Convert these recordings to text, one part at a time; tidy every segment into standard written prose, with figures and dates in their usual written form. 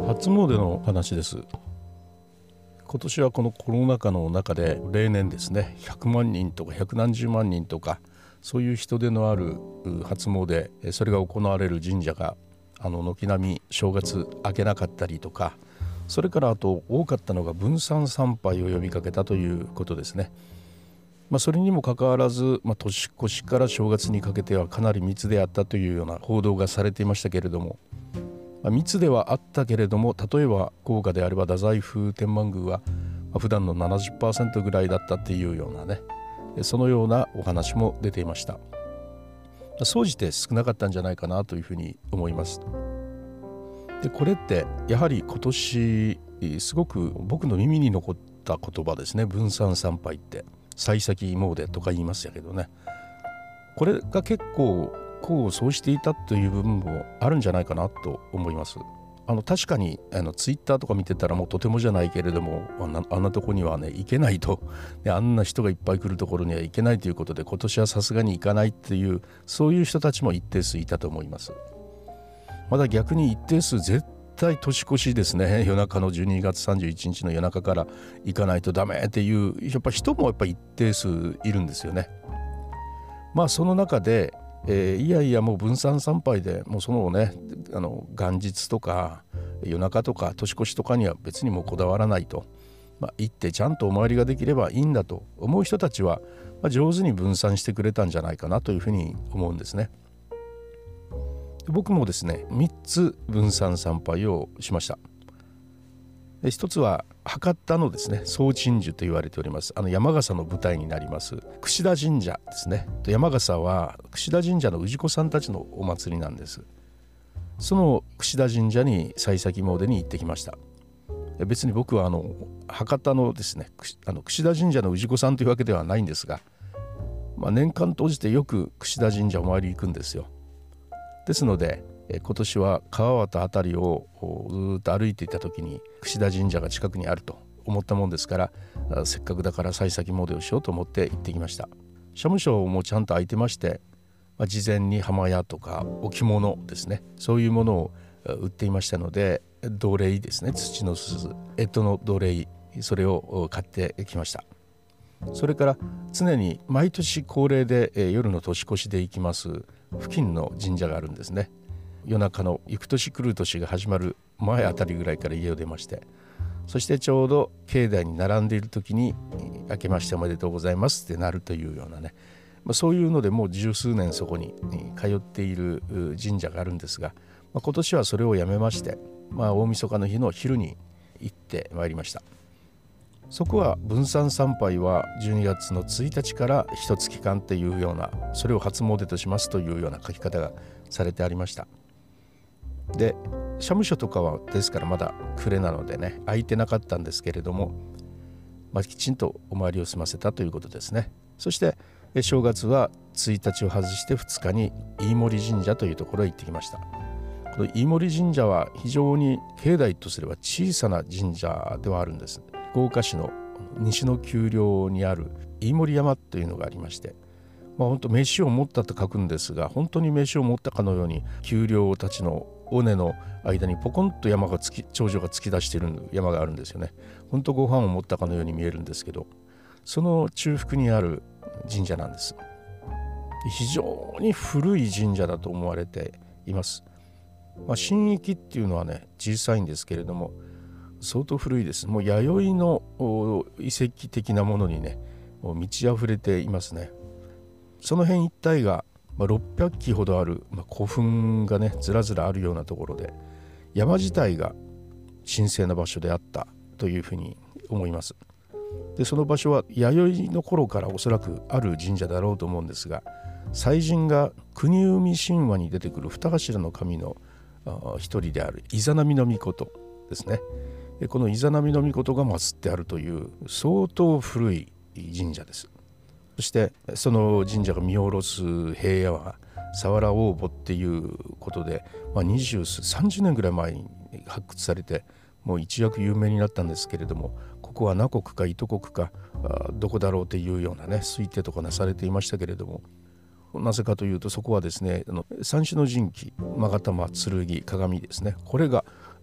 初詣の話です。今年はこのコロナ禍の中で例年ですね、100万人とか百何十万人とかそういう人出のある初詣、それが行われる神社が軒並み正月明けなかったりとか、それからあと多かったのが分散参拝を呼びかけたということですね。それにもかかわらず、年越しから正月にかけてはかなり密であったというような報道がされていましたけれども、密ではあったけれども、例えば高価であれば太宰府天満宮は普段の 70% ぐらいだったっていうようなね、そのようなお話も出ていました。総じて少なかったんじゃないかなというふうに思います。でこれってやはり今年すごく僕の耳に残った言葉ですね。分散参拝って幸先詣とか言いますけどね、これが結構功を奏していたという部分もあるんじゃないかなと思います。確かにツイッターとか見てたらもうとてもじゃないけれども、あんなとこにはね行けないと、あんな人がいっぱい来るところには行けないということで今年はさすがに行かないっていう、そういう人たちも一定数いたと思います。まだ逆に一定数絶対年越しですね、夜中の12月31日の夜中から行かないとダメっていうやっぱ人も一定数いるんですよね。その中でいやいやもう分散参拝でもうそのね元日とか夜中とか年越しとかには別にもうこだわらないと、行ってちゃんとお参りができればいいんだと思う人たちは、上手に分散してくれたんじゃないかなというふうに思うんですね。僕もですね3つ分散参拝をしました。一つは博多のですね総鎮守と言われております山笠の舞台になります櫛田神社ですね。山笠は櫛田神社の氏子さんたちのお祭りなんです。その櫛田神社に幸先詣に行ってきました。別に僕は博多のですね櫛田神社の氏子さんというわけではないんですが、年間通じてよく櫛田神社お参り行くんですよ。ですので今年は川端あたりをずっと歩いていた時に櫛田神社が近くにあると思ったもんですから、せっかくだから幸先詣をしようと思って行ってきました。社務所もちゃんと開いてまして、事前に浜屋とか置物ですね、そういうものを売っていましたので、土鈴ですね、土の鈴、干支の土鈴、それを買ってきました。それから常に毎年恒例で夜の年越しで行きます付近の神社があるんですね。夜中の行く年来る年が始まる前あたりぐらいから家を出まして、そしてちょうど境内に並んでいる時に明けましておめでとうございますってなるというようなね、そういうのでもう十数年そこに通っている神社があるんですが、今年はそれをやめまして、大晦日の日の昼に行ってまいりました。そこは分散参拝は12月の1日から1月間っていうような、それを初詣としますというような書き方がされてありました。で社務所とかはですからまだ暮れなのでね空いてなかったんですけれども、きちんとお参りを済ませたということですね。そして正月は1日を外して2日に飯森神社というところへ行ってきました。この飯森神社は非常に境内とすれば小さな神社ではあるんです。福岡市の西の丘陵にある飯森山というのがありまして、本当名刺を持ったと書くんですが、本当に名刺を持ったかのように丘陵たちの尾根の間にポコンと頂上が突き出している山があるんですよね。本当ご飯を持ったかのように見えるんですけど、その中腹にある神社なんです。非常に古い神社だと思われています。神域っていうのはね小さいんですけれども相当古いです。もう弥生の遺跡的なものにねもう満ち溢れていますね。その辺一帯が600基ほどある古墳がねずらずらあるようなところで、山自体が神聖な場所であったというふうに思います。でその場所は弥生の頃からおそらくある神社だろうと思うんですが、祭神が国生神話に出てくる二柱の神の一人であるイザナミノミコトですね。このイザナミノミコトが祀ってあるという相当古い神社です。そしてその神社が見下ろす平野は佐原大墓っていうことで、30年ぐらい前に発掘されてもう一躍有名になったんですけれども、ここは那国か伊都国かどこだろうというようなね推定とかなされていましたけれども、なぜかというとそこはですね三種の神器勾玉剣鏡ですね、これが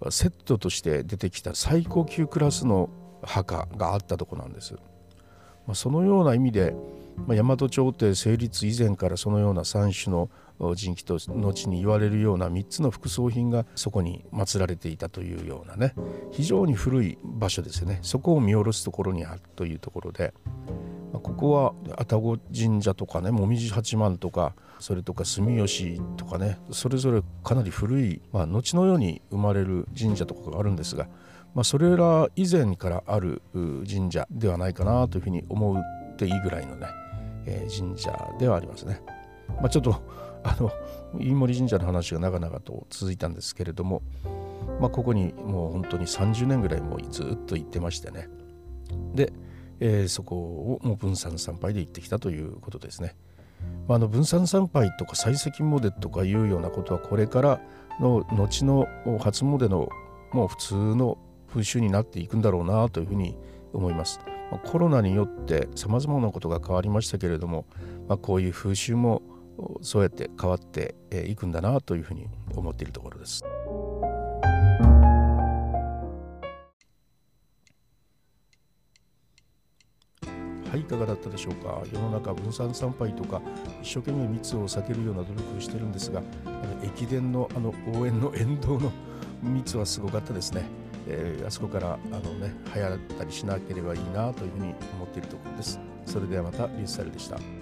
セットとして出てきた最高級クラスの墓があったとこなんです。そのような意味で大和朝廷成立以前からそのような三種の神器と後に言われるような3つの副葬品がそこに祀られていたというようなね、非常に古い場所ですよね。そこを見下ろすところにあるというところで、ここは愛宕神社とかね、紅葉八幡とか、それとか住吉とかね、それぞれかなり古い、後のように生まれる神社とかがあるんですが、それら以前からある神社ではないかなというふうに思っていいぐらいのね、神社ではありますね。ちょっと飯森神社の話が長々と続いたんですけれども、ここにもう本当に30年ぐらいもうずっと行ってましてね。で、そこをもう分散参拝で行ってきたということですね。分散参拝とか祭石詣とかいうようなことはこれからの後の初詣のもう普通の風習になっていくんだろうなというふうに思います。コロナによってさまざまなことが変わりましたけれども、こういう風習もそうやって変わっていくんだなというふうに思っているところです。はい、いかがだったでしょうか。世の中分散参拝とか一生懸命密を避けるような努力をしてるんですが、駅伝の応援の沿道の密はすごかったですね。あそこから流行ったりしなければいいなというふうに思っているところです。それではまたリュースサルでした。